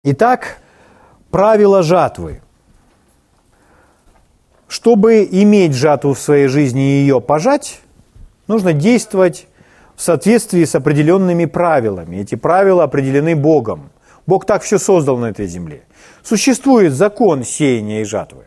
Итак, правило жатвы. Чтобы иметь жатву в своей жизни и ее пожать, нужно действовать в соответствии с определенными правилами. Эти правила определены Богом. Бог так все создал на этой земле. Существует закон сеяния и жатвы.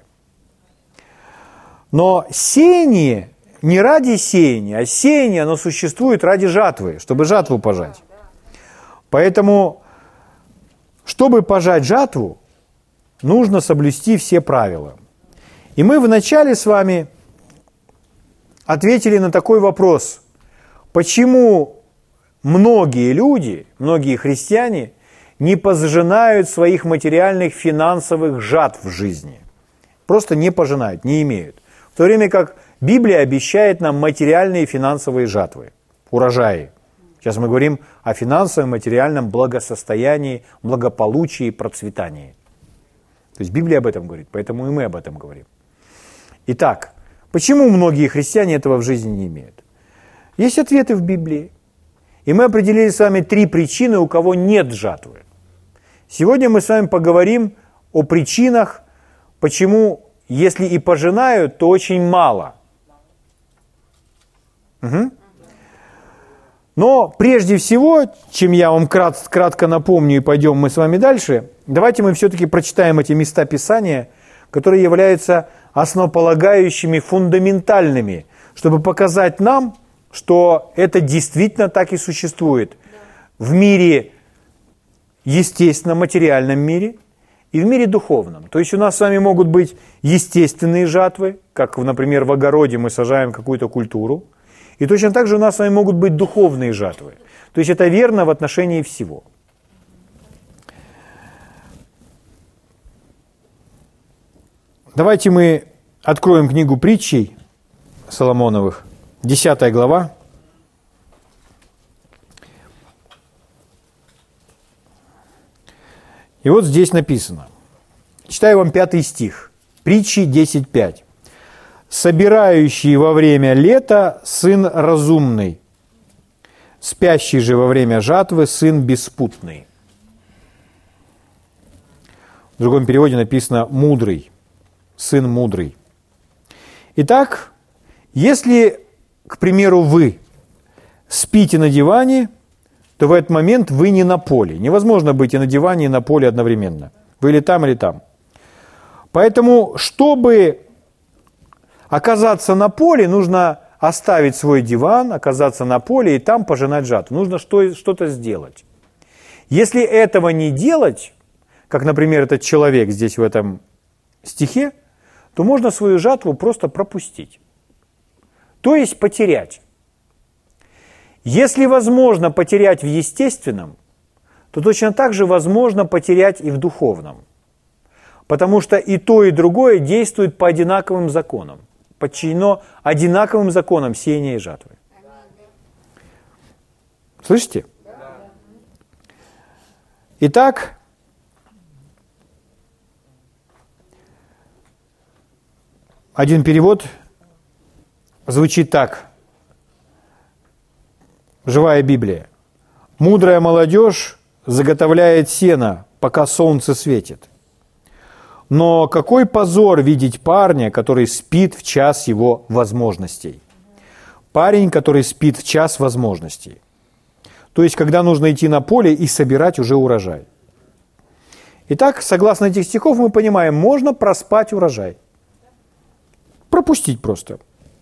Но сеяние не ради сеяния, а сеяние, оно существует ради жатвы, чтобы жатву пожать. Поэтому, чтобы пожать жатву, нужно соблюсти все правила. И мы вначале с вами ответили на такой вопрос. Почему многие люди, многие христиане не пожинают своих материальных финансовых жатв в жизни? Просто не пожинают, не имеют. В то время как Библия обещает нам материальные финансовые жатвы, урожаи. Сейчас мы говорим о финансовом, материальном благосостоянии, благополучии, процветании. То есть Библия об этом говорит, поэтому и мы об этом говорим. Итак, почему многие христиане этого в жизни не имеют? Есть ответы в Библии. И мы определили с вами 3 причины, у кого нет жатвы. Сегодня мы с вами поговорим о причинах, почему, если и пожинают, то очень мало. Угу. Но прежде всего, чем я вам кратко напомню и пойдем мы с вами дальше, давайте мы все-таки прочитаем эти места Писания, которые являются основополагающими, фундаментальными, чтобы показать нам, что это действительно так и существует в мире естественном, материальном мире и в мире духовном. То есть у нас с вами могут быть естественные жатвы, как, например, в огороде мы сажаем какую-то культуру, и точно так же у нас с вами могут быть духовные жатвы. То есть это верно в отношении всего. Давайте мы откроем книгу притчей Соломоновых, 10 глава. И вот здесь написано. Читаю вам 5 стих. Притчи 10:5. «Собирающий во время лета сын разумный, спящий же во время жатвы сын беспутный». В другом переводе написано «мудрый», сын мудрый. Итак, если, к примеру, вы спите на диване, то в этот момент вы не на поле. Невозможно быть и на диване, и на поле одновременно. Вы или там, или там. Поэтому, чтобы оказаться на поле, нужно оставить свой диван, оказаться на поле и там пожинать жатву. Нужно что-то сделать. Если этого не делать, как, например, этот человек здесь в этом стихе, то можно свою жатву просто пропустить. То есть потерять. Если возможно потерять в естественном, то точно так же возможно потерять и в духовном. Потому что и то, и другое действует по одинаковым законам. Подчинено одинаковым законам сеяния и жатвы. Слышите? Итак, один перевод звучит так. Живая Библия. «Мудрая молодежь заготовляет сено, пока солнце светит. Но какой позор видеть парня, который спит в час его возможностей». Парень, который спит в час возможностей. То есть, когда нужно идти на поле и собирать уже урожай. Итак, согласно этих стихов мы понимаем, можно проспать урожай. Пропустить просто.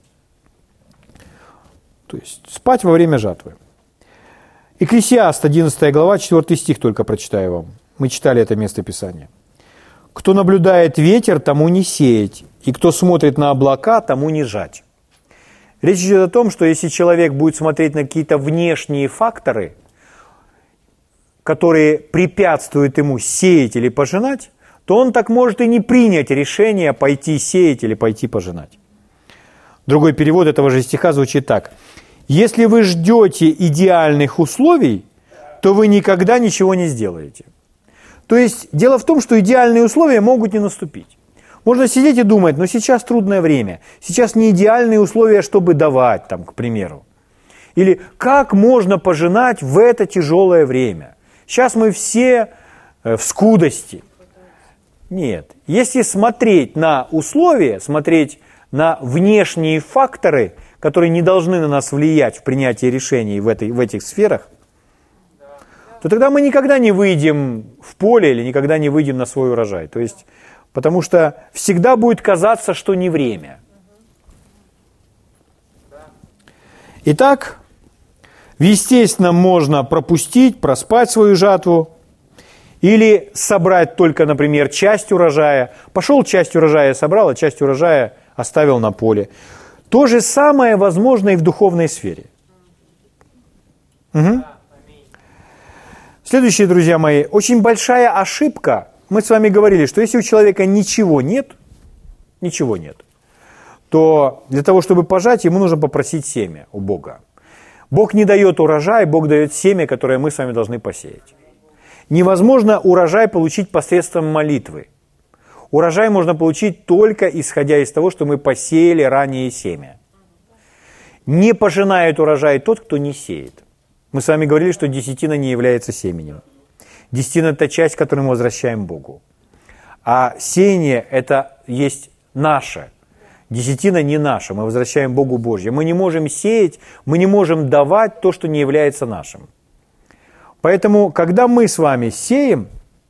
То есть спать во время жатвы. Екклесиаст, 11 глава, 4 стих только прочитаю вам. Мы читали это место Писания. «Кто наблюдает ветер, тому не сеять, и кто смотрит на облака, тому не жать». Речь идет о том, что если человек будет смотреть на какие-то внешние факторы, которые препятствуют ему сеять или пожинать, то он так может и не принять решение пойти сеять или пойти пожинать. Другой перевод этого же стиха звучит так. «Если вы ждете идеальных условий, то вы никогда ничего не сделаете». То есть дело в том, что идеальные условия могут не наступить. Можно сидеть и думать, но сейчас трудное время, сейчас не идеальные условия, чтобы давать, там, к примеру. Или как можно пожинать в это тяжелое время? Сейчас мы все в скудости. Нет. Если смотреть на условия, смотреть на внешние факторы, которые не должны на нас влиять в принятии решений в этих сферах, то тогда мы никогда не выйдем в поле или никогда не выйдем на свой урожай. То есть, потому что всегда будет казаться, что не время. Итак, в естественном можно пропустить, проспать свою жатву или собрать только, например, часть урожая. Пошел, часть урожая собрал, а часть урожая оставил на поле. То же самое возможно и в духовной сфере. Угу. Следующее, друзья мои, очень большая ошибка. Мы с вами говорили, что если у человека ничего нет, то для того, чтобы пожать, ему нужно попросить семя у Бога. Бог не дает урожай, Бог дает семя, которое мы с вами должны посеять. Невозможно урожай получить посредством молитвы. Урожай можно получить только исходя из того, что мы посеяли ранее семя. Не пожинает урожай тот, кто не сеет. Мы с вами говорили, что десятина не является семенем. Десятина – это часть, которую мы возвращаем Богу. А сеяние – это есть наше. Десятина не наша, мы возвращаем Богу Божье. Мы не можем сеять, мы не можем давать то, что не является нашим. Поэтому, когда мы с вами сеем,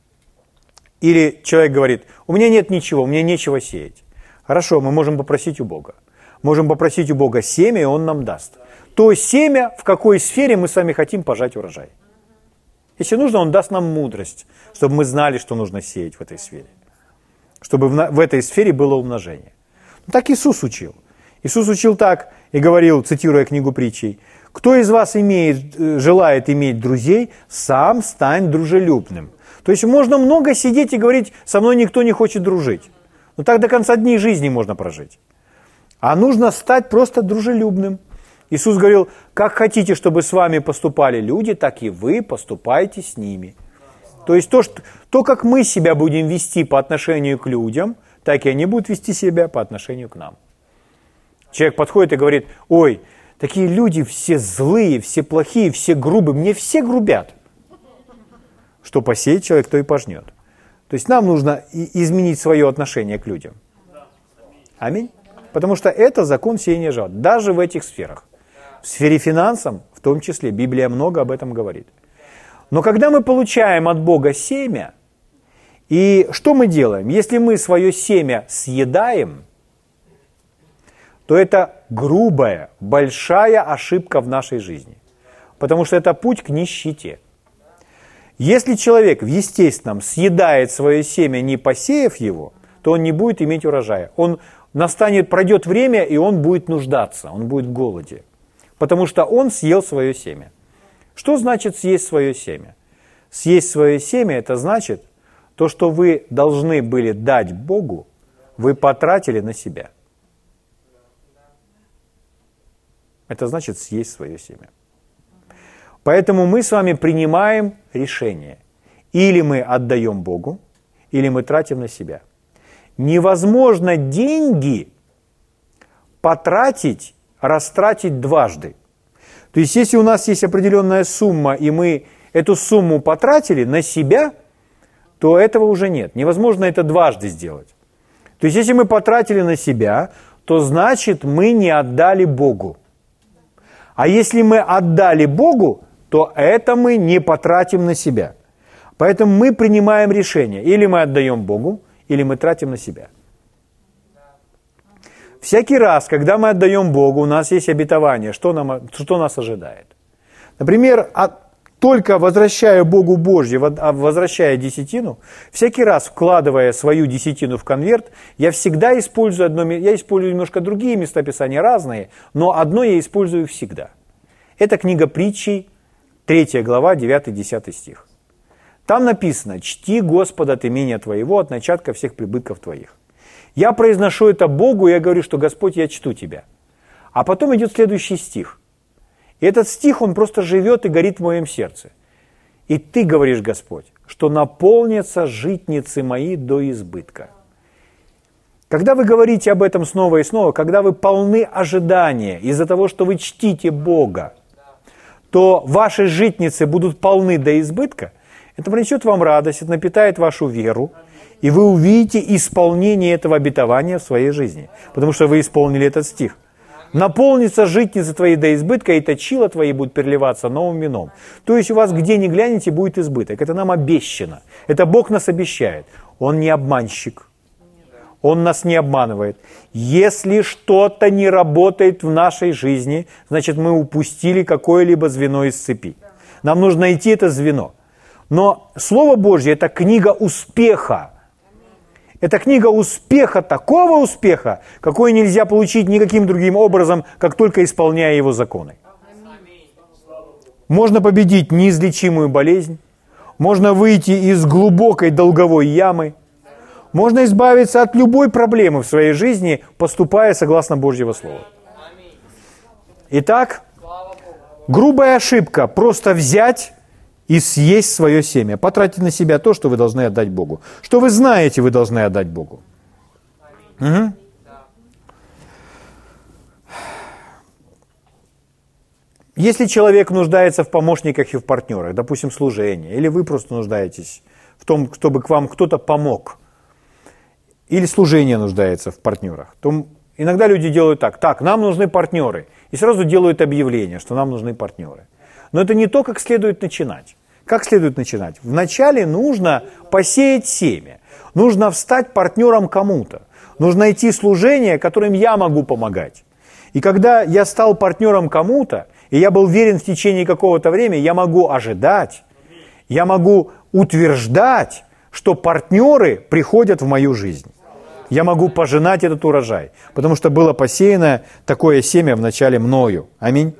или человек говорит, у меня нет ничего, у меня нечего сеять. Хорошо, мы можем попросить у Бога. Можем попросить у Бога семя, и Он нам даст. То семя, в какой сфере мы с вами хотим пожать урожай. Если нужно, Он даст нам мудрость, чтобы мы знали, что нужно сеять в этой сфере. Чтобы в этой сфере было умножение. Так Иисус учил. Иисус учил так и говорил, цитируя книгу притчей, «Кто из вас желает иметь друзей, сам стань дружелюбным». То есть можно много сидеть и говорить, со мной никто не хочет дружить. Но так до конца дней жизни можно прожить. А нужно стать просто дружелюбным. Иисус говорил, как хотите, чтобы с вами поступали люди, так и вы поступайте с ними. То есть то, как мы себя будем вести по отношению к людям, так и они будут вести себя по отношению к нам. Человек подходит и говорит, ой, такие люди все злые, все плохие, все грубые, мне все грубят. Что посеет человек, то и пожнет. То есть нам нужно изменить свое отношение к людям. Аминь. Потому что это закон сеяния жатвы, даже в этих сферах. В сфере финансов, в том числе, Библия много об этом говорит. Но когда мы получаем от Бога семя, и что мы делаем? Если мы свое семя съедаем, то это грубая, большая ошибка в нашей жизни. Потому что это путь к нищете. Если человек в естественном съедает свое семя, не посеяв его, то он не будет иметь урожая. Пройдет время, и он будет нуждаться, он будет в голоде. Потому что он съел свое семя. Что значит съесть свое семя? Съесть свое семя – это значит, то, что вы должны были дать Богу, вы потратили на себя. Это значит съесть свое семя. Поэтому мы с вами принимаем решение. Или мы отдаем Богу, или мы тратим на себя. Невозможно деньги растратить дважды. То есть, если у нас есть определенная сумма, и мы эту сумму потратили на себя, то этого уже нет. Невозможно это дважды сделать. То есть, если мы потратили на себя, то значит, мы не отдали Богу. А если мы отдали Богу, то это мы не потратим на себя. Поэтому мы принимаем решение. Или мы отдаем Богу, или мы тратим на себя. Всякий раз, когда мы отдаем Богу, у нас есть обетование, что нас ожидает. Например, только возвращая Богу Божье, возвращая десятину, всякий раз, вкладывая свою десятину в конверт, я всегда использую я использую немножко другие места Писания, разные, но одно я использую всегда. Это книга притчей, 3 глава, 9-10 стих. Там написано, «Чти Господа от имения Твоего, от начатка всех прибытков Твоих». Я произношу это Богу, я говорю, что «Господь, я чту Тебя». А потом идет следующий стих. И этот стих, он просто живет и горит в моем сердце. «И Ты говоришь, Господь, что наполнятся житницы мои до избытка». Когда вы говорите об этом снова и снова, когда вы полны ожидания из-за того, что вы чтите Бога, то ваши житницы будут полны до избытка, Это принесет вам радость, это напитает вашу веру, и вы увидите исполнение этого обетования в своей жизни, потому что вы исполнили этот стих. Наполнится житница твоей до избытка, и точила твои будут переливаться новым вином. То есть у вас где ни глянете, будет избыток. Это нам обещано. Это Бог нас обещает. Он не обманщик. Он нас не обманывает. Если что-то не работает в нашей жизни, значит мы упустили какое-либо звено из цепи. Нам нужно найти это звено. Но Слово Божье – это книга успеха. Это книга успеха, такого успеха, какой нельзя получить никаким другим образом, как только исполняя его законы. Можно победить неизлечимую болезнь, можно выйти из глубокой долговой ямы, можно избавиться от любой проблемы в своей жизни, поступая согласно Божьего Слова. Итак, грубая ошибка – просто взять и съесть свое семя, потратить на себя то, что вы должны отдать Богу. Что вы знаете, вы должны отдать Богу. Угу. Если человек нуждается в помощниках и в партнерах, допустим, служение, или вы просто нуждаетесь в том, чтобы к вам кто-то помог, или служение нуждается в партнерах, то иногда люди делают так, нам нужны партнеры, и сразу делают объявление, что нам нужны партнеры. Но это не то, как следует начинать. Как следует начинать? Вначале нужно посеять семя. Нужно встать партнером кому-то. Нужно найти служение, которым я могу помогать. И когда я стал партнером кому-то, и я был верен в течение какого-то времени, я могу ожидать, я могу утверждать, что партнеры приходят в мою жизнь. Я могу пожинать этот урожай, потому что было посеяно такое семя вначале мною. Аминь.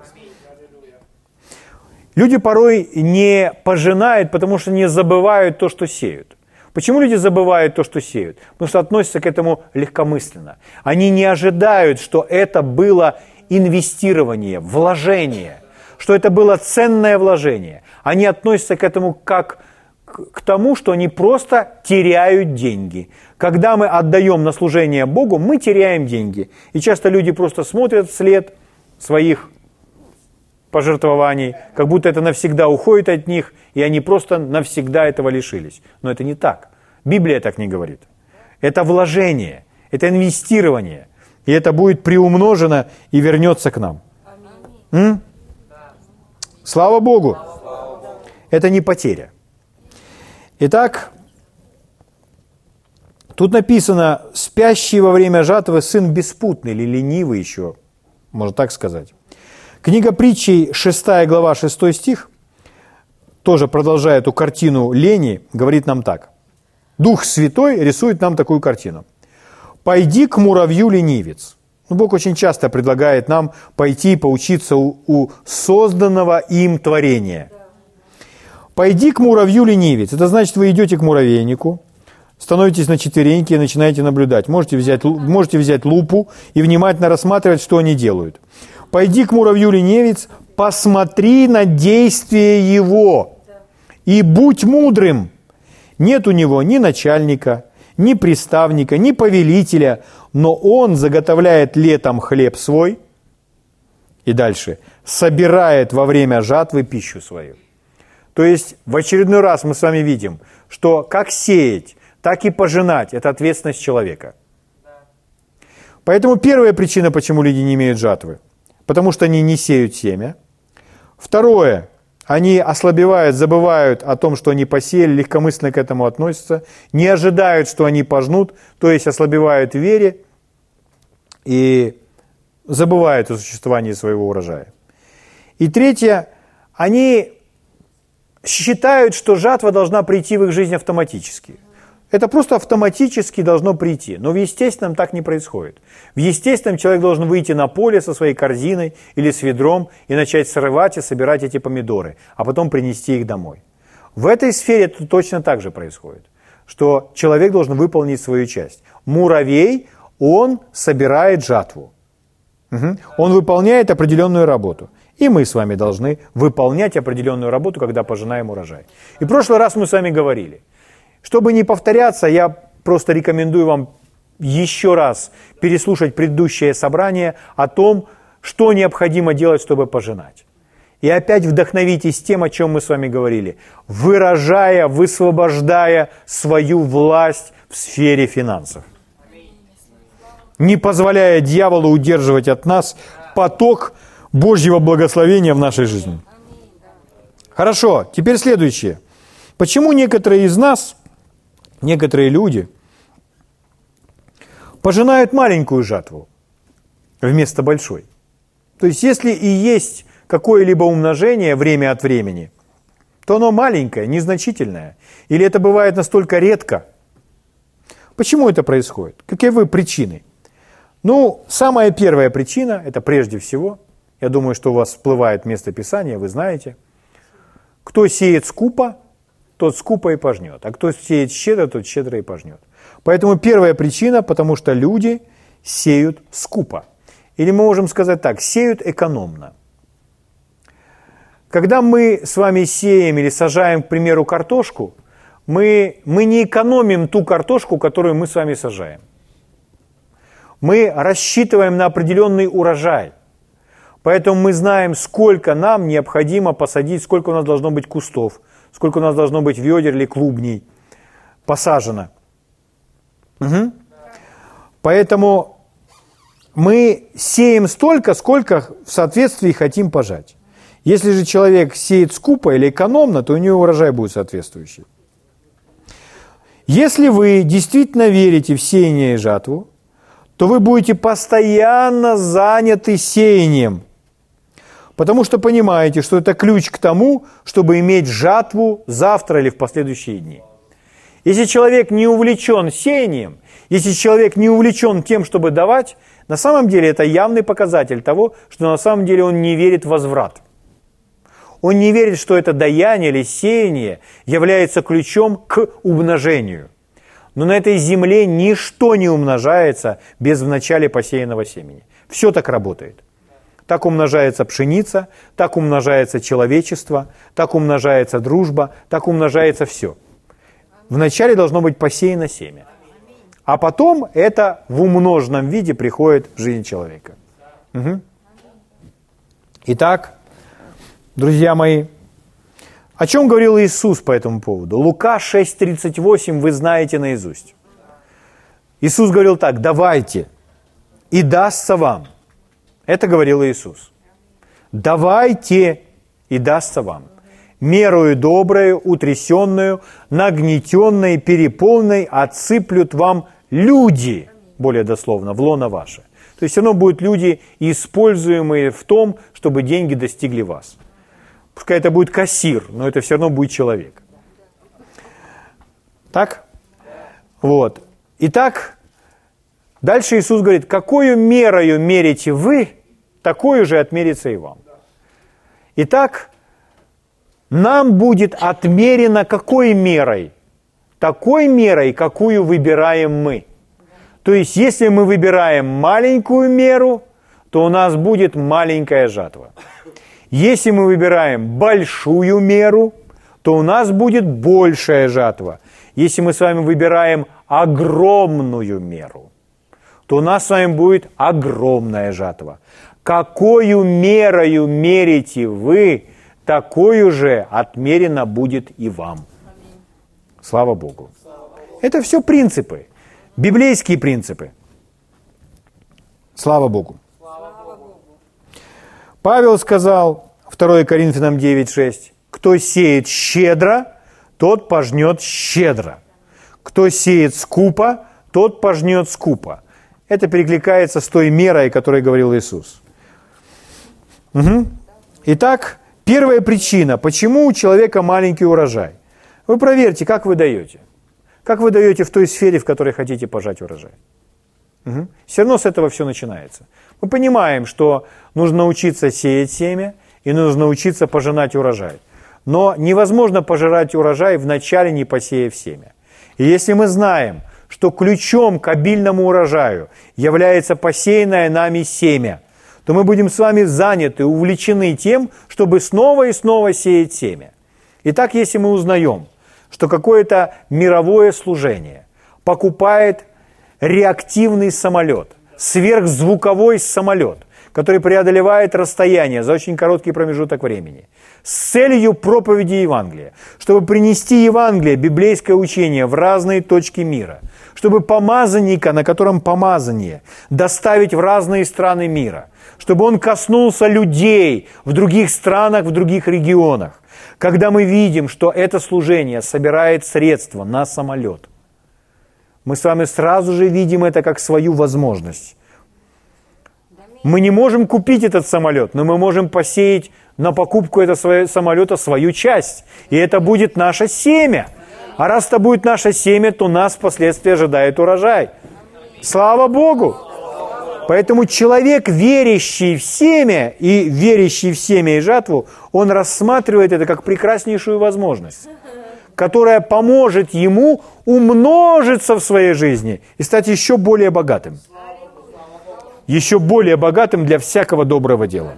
Люди порой не пожинают, потому что не забывают то, что сеют. Почему люди забывают то, что сеют? Потому что относятся к этому легкомысленно. Они не ожидают, что это было инвестирование, вложение, что это было ценное вложение. Они относятся к этому как к тому, что они просто теряют деньги. Когда мы отдаем на служение Богу, мы теряем деньги. И часто люди просто смотрят вслед своих пожертвований, как будто это навсегда уходит от них, и они просто навсегда этого лишились. Но это не так. Библия так не говорит. Это вложение, это инвестирование, и это будет приумножено и вернется к нам. Слава Богу! Это не потеря. Итак, тут написано, спящий во время жатвы сын беспутный, или ленивый еще, можно так сказать. Книга Притчей, 6 глава, 6 стих, тоже продолжая эту картину лени, говорит нам так. Дух Святой рисует нам такую картину. «Пойди к муравью, ленивец». Бог очень часто предлагает нам пойти поучиться у созданного им творения. «Пойди к муравью, ленивец». Это значит, вы идете к муравейнику, становитесь на четвереньки и начинаете наблюдать. Можете взять лупу и внимательно рассматривать, что они делают. «Пойди к муравью, ленивец, посмотри на действие его, и будь мудрым. Нет у него ни начальника, ни приставника, ни повелителя, но он заготовляет летом хлеб свой». И дальше. «Собирает во время жатвы пищу свою». То есть в очередной раз мы с вами видим, что как сеять, так и пожинать – это ответственность человека. Поэтому первая причина, почему люди не имеют жатвы – потому что они не сеют семя. Второе, они ослабевают, забывают о том, что они посеяли, легкомысленно к этому относятся, не ожидают, что они пожнут, то есть ослабевают в вере и забывают о существовании своего урожая. И третье, они считают, что жатва должна прийти в их жизнь автоматически. Это просто автоматически должно прийти. Но в естественном так не происходит. В естественном человек должен выйти на поле со своей корзиной или с ведром и начать срывать и собирать эти помидоры, а потом принести их домой. В этой сфере это точно так же происходит, что человек должен выполнить свою часть. Муравей, он собирает жатву. Он выполняет определенную работу. И мы с вами должны выполнять определенную работу, когда пожинаем урожай. И в прошлый раз мы с вами говорили, чтобы не повторяться, я просто рекомендую вам еще раз переслушать предыдущее собрание о том, что необходимо делать, чтобы пожинать. И опять вдохновитесь тем, о чем мы с вами говорили, выражая, высвобождая свою власть в сфере финансов. Не позволяя дьяволу удерживать от нас поток Божьего благословения в нашей жизни. Хорошо, теперь следующее. Почему некоторые из нас, некоторые люди, пожинают маленькую жатву вместо большой? То есть, если и есть какое-либо умножение время от времени, то оно маленькое, незначительное. Или это бывает настолько редко. Почему это происходит? Каковы причины? Ну, самая первая причина, это прежде всего, я думаю, что у вас всплывает место Писания, вы знаете, кто сеет скупо, тот скупо и пожнет, а кто сеет щедро, тот щедро и пожнет. Поэтому первая причина, потому что люди сеют скупо. Или мы можем сказать так, сеют экономно. Когда мы с вами сеем или сажаем, к примеру, картошку, мы не экономим ту картошку, которую мы с вами сажаем. Мы рассчитываем на определенный урожай. Поэтому мы знаем, сколько нам необходимо посадить, сколько у нас должно быть кустов, сколько у нас должно быть ведер или клубней посажено. Угу. Поэтому мы сеем столько, сколько в соответствии хотим пожать. Если же человек сеет скупо или экономно, то у него урожай будет соответствующий. Если вы действительно верите в сеяние и жатву, то вы будете постоянно заняты сеянием, потому что понимаете, что это ключ к тому, чтобы иметь жатву завтра или в последующие дни. Если человек не увлечен сеянием, если человек не увлечен тем, чтобы давать, на самом деле это явный показатель того, что на самом деле он не верит в возврат. Он не верит, что это даяние или сеяние является ключом к умножению. Но на этой земле ничто не умножается без вначале посеянного семени. Все так работает. Так умножается пшеница, так умножается человечество, так умножается дружба, так умножается все. Вначале должно быть посеяно семя. А потом это в умноженном виде приходит в жизнь человека. Угу. Итак, друзья мои, о чем говорил Иисус по этому поводу? Лука 6:38 вы знаете наизусть. Иисус говорил так: давайте, и дастся вам. Это говорил Иисус. Давайте, и дастся вам. Мерою доброю, утрясенную, нагнетенной, переполненной отсыплют вам люди, более дословно, в лоно ваше. То есть все равно будут люди, используемые в том, чтобы деньги достигли вас. Пускай это будет кассир, но это все равно будет человек. Так? Вот. Итак, дальше Иисус говорит, какою мерою мерите вы, такою же отмерится и вам. Итак, нам будет отмерено какой мерой? Такой мерой, какую выбираем мы. То есть, если мы выбираем маленькую меру, то у нас будет маленькая жатва. Если мы выбираем большую меру, то у нас будет большая жатва. Если мы с вами выбираем огромную меру, то у нас с вами будет огромная жатва. Какою мерою мерите вы, такую же отмерено будет и вам. Слава Богу. Это все принципы, библейские принципы. Слава Богу. Павел сказал, 2 Коринфянам 9:6, кто сеет щедро, тот пожнет щедро. Кто сеет скупо, тот пожнет скупо. Это перекликается с той мерой, о которой говорил Иисус. Угу. Итак, первая причина, почему у человека маленький урожай. Вы проверьте, как вы даете. Как вы даете в той сфере, в которой хотите пожать урожай. Угу. Все равно с этого все начинается. Мы понимаем, что нужно научиться сеять семя и нужно научиться пожинать урожай. Но невозможно пожирать урожай, вначале не посеяв семя. И если мы знаем, что ключом к обильному урожаю является посеянное нами семя, то мы будем с вами заняты, увлечены тем, чтобы снова и снова сеять семя. Итак, если мы узнаем, что какое-то мировое служение покупает реактивный самолет, сверхзвуковой самолет, который преодолевает расстояние за очень короткий промежуток времени, с целью проповеди Евангелия, чтобы принести Евангелие, библейское учение в разные точки мира, чтобы помазанника, на котором помазание, доставить в разные страны мира, чтобы он коснулся людей в других странах, в других регионах. Когда мы видим, что это служение собирает средства на самолет, мы с вами сразу же видим это как свою возможность. Мы не можем купить этот самолет, но мы можем посеять на покупку этого самолета свою часть. И это будет наше семя. А раз это будет наше семя, то нас впоследствии ожидает урожай. Слава Богу! Поэтому человек, верящий в семя и верящий в семя и жатву, он рассматривает это как прекраснейшую возможность, которая поможет ему умножиться в своей жизни и стать еще более богатым. Еще более богатым для всякого доброго дела.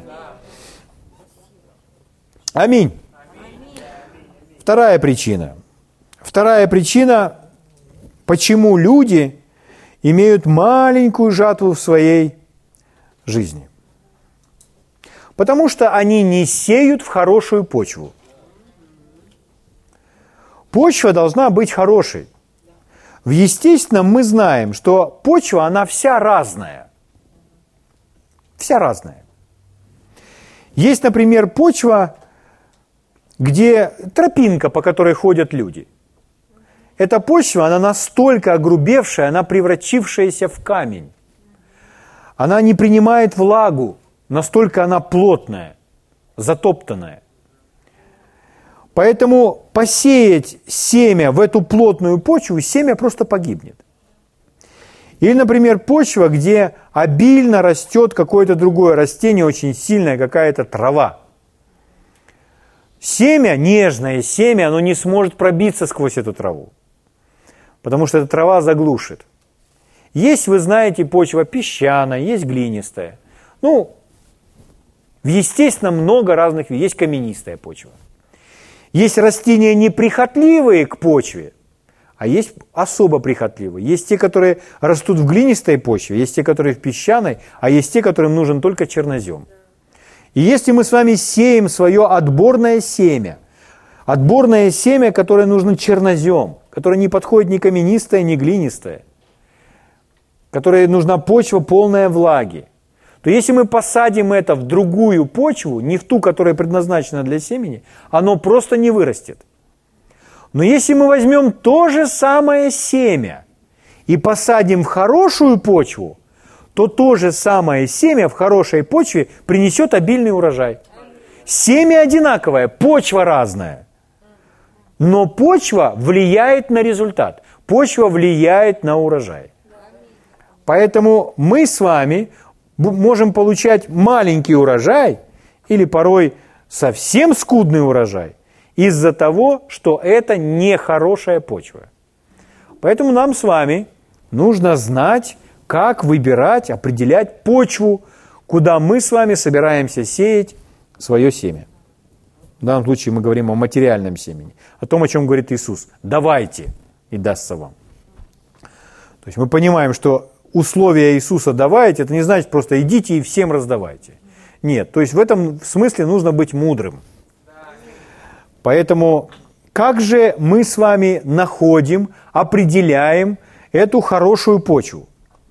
Аминь. Вторая причина. Вторая причина, почему люди имеют маленькую жатву в своей жизни. Потому что они не сеют в хорошую почву. Почва должна быть хорошей. В естественном мы знаем, что почва, она вся разная. Вся разная. Есть, например, почва, где тропинка, по которой ходят люди. Эта почва, она настолько огрубевшая, она превратившаяся в камень. Она не принимает влагу, настолько она плотная, затоптанная. Поэтому посеять семя в эту плотную почву, семя просто погибнет. Или, например, почва, где обильно растет какое-то другое растение, очень сильная какая-то трава. Семя, нежное семя, оно не сможет пробиться сквозь эту траву, потому что эта трава заглушит. Есть, вы знаете, почва песчаная, есть глинистая. В естественном много разных, есть каменистая почва. Есть растения неприхотливые к почве, а есть особо прихотливые. Есть те, которые растут в глинистой почве, есть те, которые в песчаной, а есть те, которым нужен только чернозем. И если мы с вами сеем свое отборное семя, которое нужно чернозем, которое не подходит ни каменистое, ни глинистое, которое нужна почва полная влаги, то если мы посадим это в другую почву, не в ту, которая предназначена для семени, оно просто не вырастет. Но если мы возьмем то же самое семя и посадим в хорошую почву, то же самое семя в хорошей почве принесет обильный урожай. Семя одинаковое, почва разная. Но почва влияет на результат. Почва влияет на урожай. Поэтому мы с вами можем получать маленький урожай или порой совсем скудный урожай из-за того, что это нехорошая почва. Поэтому нам с вами нужно знать, как выбирать, определять почву, куда мы с вами собираемся сеять свое семя. В данном случае мы говорим о материальном семени, о том, о чем говорит Иисус. Давайте, и дастся вам. То есть мы понимаем, что условие Иисуса «давайте» это не значит просто идите и всем раздавайте. Нет, то есть в этом смысле нужно быть мудрым. Поэтому как же мы с вами находим, определяем эту хорошую почву?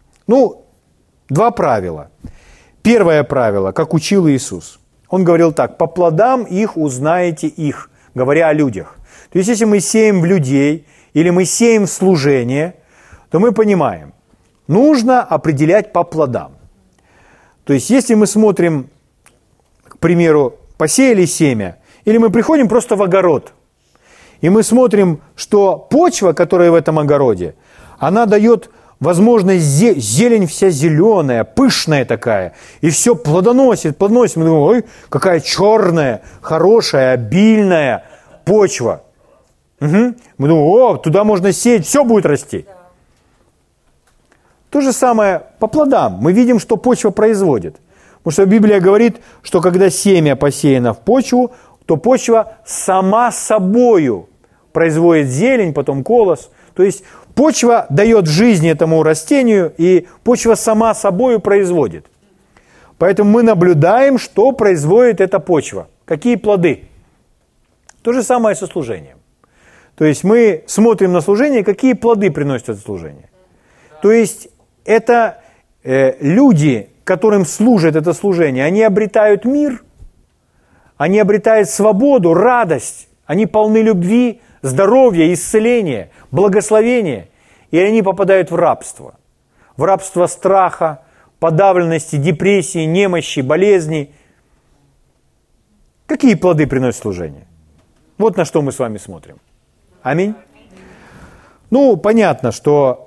Два правила. Первое правило, как учил Иисус. Он говорил так: по плодам их узнаете их, говоря о людях. То есть если мы сеем в людей или мы сеем в служение, то мы понимаем, нужно определять по плодам. То есть если мы смотрим, к примеру, посеяли семя, или мы приходим просто в огород, и мы смотрим, что почва, которая в этом огороде, она дает возможность, зелень вся зеленая, пышная такая, и все плодоносит. Мы думаем, ой, какая черная, хорошая, обильная почва. Мы думаем, туда можно сеять, все будет расти. То же самое по плодам. Мы видим, что почва производит. Потому что Библия говорит, что когда семя посеяно в почву, то почва сама собою производит зелень, потом колос. То есть почва дает жизнь этому растению, и почва сама собою производит. Поэтому мы наблюдаем, что производит эта почва. Какие плоды? То же самое со служением. То есть мы смотрим на служение, какие плоды приносит это служение. То есть это люди, которым служит это служение, они обретают мир, они обретают свободу, радость, они полны любви, здоровья, исцеления, благословения, и они попадают в рабство. В рабство страха, подавленности, депрессии, немощи, болезней. Какие плоды приносит служение? Вот на что мы с вами смотрим. Аминь. Ну, понятно, что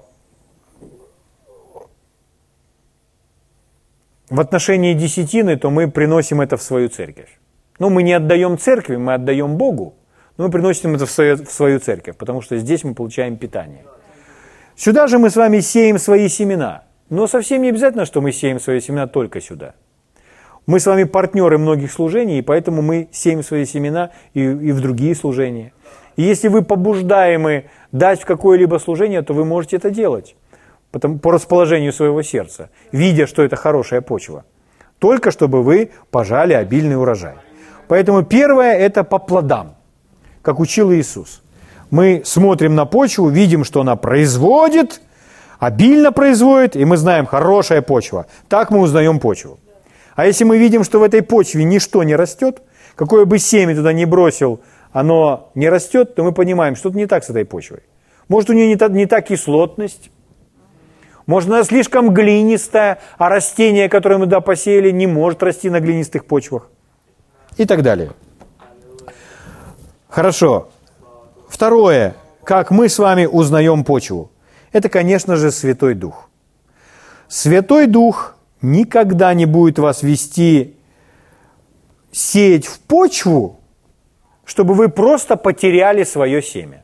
в отношении десятины, то мы приносим это в свою церковь. Ну, мы не отдаем церкви, мы отдаем Богу, но мы приносим это в свою церковь, потому что здесь мы получаем питание. Сюда же мы с вами сеем свои семена. Но совсем не обязательно, что мы сеем свои семена только сюда. Мы с вами партнеры многих служений, и поэтому мы сеем свои семена и в другие служения. И если вы побуждаемы дать в какое-либо служение, то вы можете это делать по расположению своего сердца, видя, что это хорошая почва. Только чтобы вы пожали обильный урожай. Поэтому первое – это по плодам, как учил Иисус. Мы смотрим на почву, видим, что она производит, обильно производит, и мы знаем, хорошая почва. Так мы узнаем почву. А если мы видим, что в этой почве ничто не растет, какое бы семя туда ни бросил, оно не растет, то мы понимаем, что-то не так с этой почвой. Может, у нее не та кислотность, может, она слишком глинистая, а растение, которое мы туда посеяли, не может расти на глинистых почвах. И так далее. Хорошо. Второе, как мы с вами узнаем почву, это, конечно же, Святой Дух. Святой Дух никогда не будет вас вести сеять в почву, чтобы вы просто потеряли свое семя.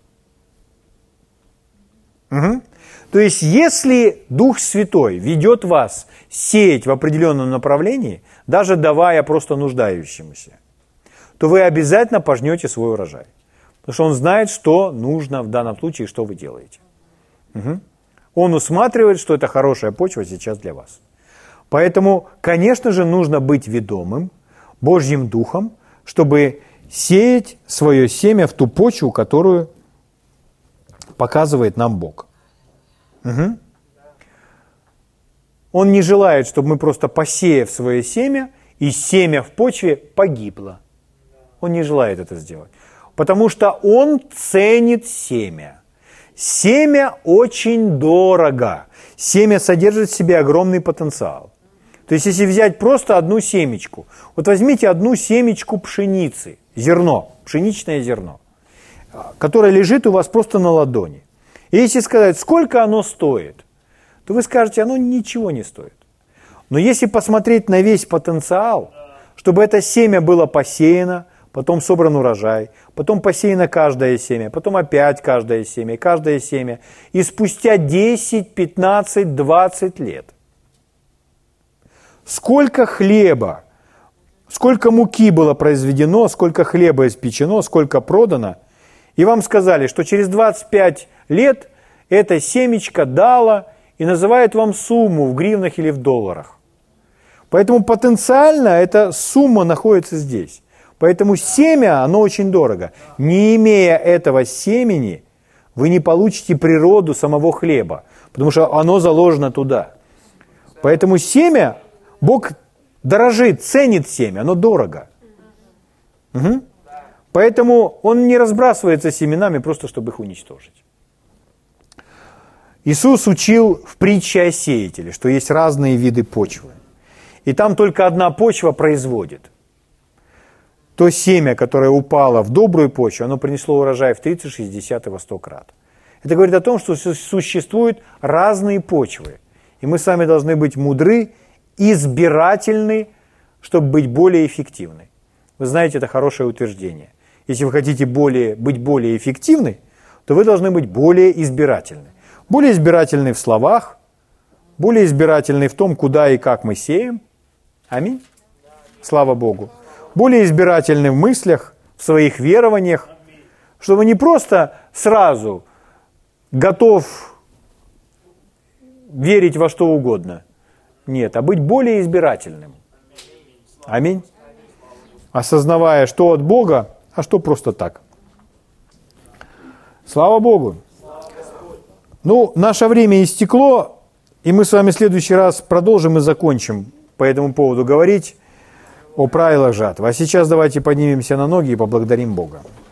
Угу. То есть, если Дух Святой ведет вас сеять в определенном направлении, даже давая просто нуждающемуся, то вы обязательно пожнете свой урожай. Потому что Он знает, что нужно в данном случае, что вы делаете. Угу. Он усматривает, что это хорошая почва сейчас для вас. Поэтому, конечно же, нужно быть ведомым Божьим Духом, чтобы сеять свое семя в ту почву, которую показывает нам Бог. Угу. Он не желает, чтобы мы просто посеяв свое семя, и семя в почве погибло. Он не желает это сделать. Потому что Он ценит семя. Семя очень дорого. Семя содержит в себе огромный потенциал. То есть, если взять просто одну семечку, вот возьмите одну семечку пшеницы, зерно, пшеничное зерно, которое лежит у вас просто на ладони. И если сказать, сколько оно стоит, то вы скажете, оно ничего не стоит. Но если посмотреть на весь потенциал, чтобы это семя было посеяно, потом собран урожай, потом посеяно каждое семя, потом опять каждое семя, и спустя 10, 15, 20 лет. Сколько хлеба, сколько муки было произведено, сколько хлеба испечено, сколько продано, и вам сказали, что через 25 лет это семечко дало и называет вам сумму в гривнах или в долларах. Поэтому потенциально эта сумма находится здесь. Поэтому семя, оно очень дорого. Не имея этого семени, вы не получите природу самого хлеба, потому что оно заложено туда. Поэтому семя, Бог дорожит, ценит семя, оно дорого. Угу. Поэтому Он не разбрасывается семенами просто, чтобы их уничтожить. Иисус учил в притче о сеятеле, что есть разные виды почвы. И там только одна почва производит. То семя, которое упало в добрую почву, оно принесло урожай в 30, 60 и во 100 крат. Это говорит о том, что существуют разные почвы. И мы с вами должны быть мудры, избирательны, чтобы быть более эффективны. Вы знаете, это хорошее утверждение. Если вы хотите быть более эффективны, то вы должны быть более избирательны. Более избирательны в словах, более избирательны в том, куда и как мы сеем. Аминь. Слава Богу. Более избирательны в мыслях, в своих верованиях, чтобы не просто сразу готов верить во что угодно. Нет, а быть более избирательным. Аминь. Осознавая, что от Бога, а что просто так. Слава Богу. Ну, наше время истекло, и мы с вами в следующий раз продолжим и закончим по этому поводу говорить о правилах жатвы. А сейчас давайте поднимемся на ноги и поблагодарим Бога.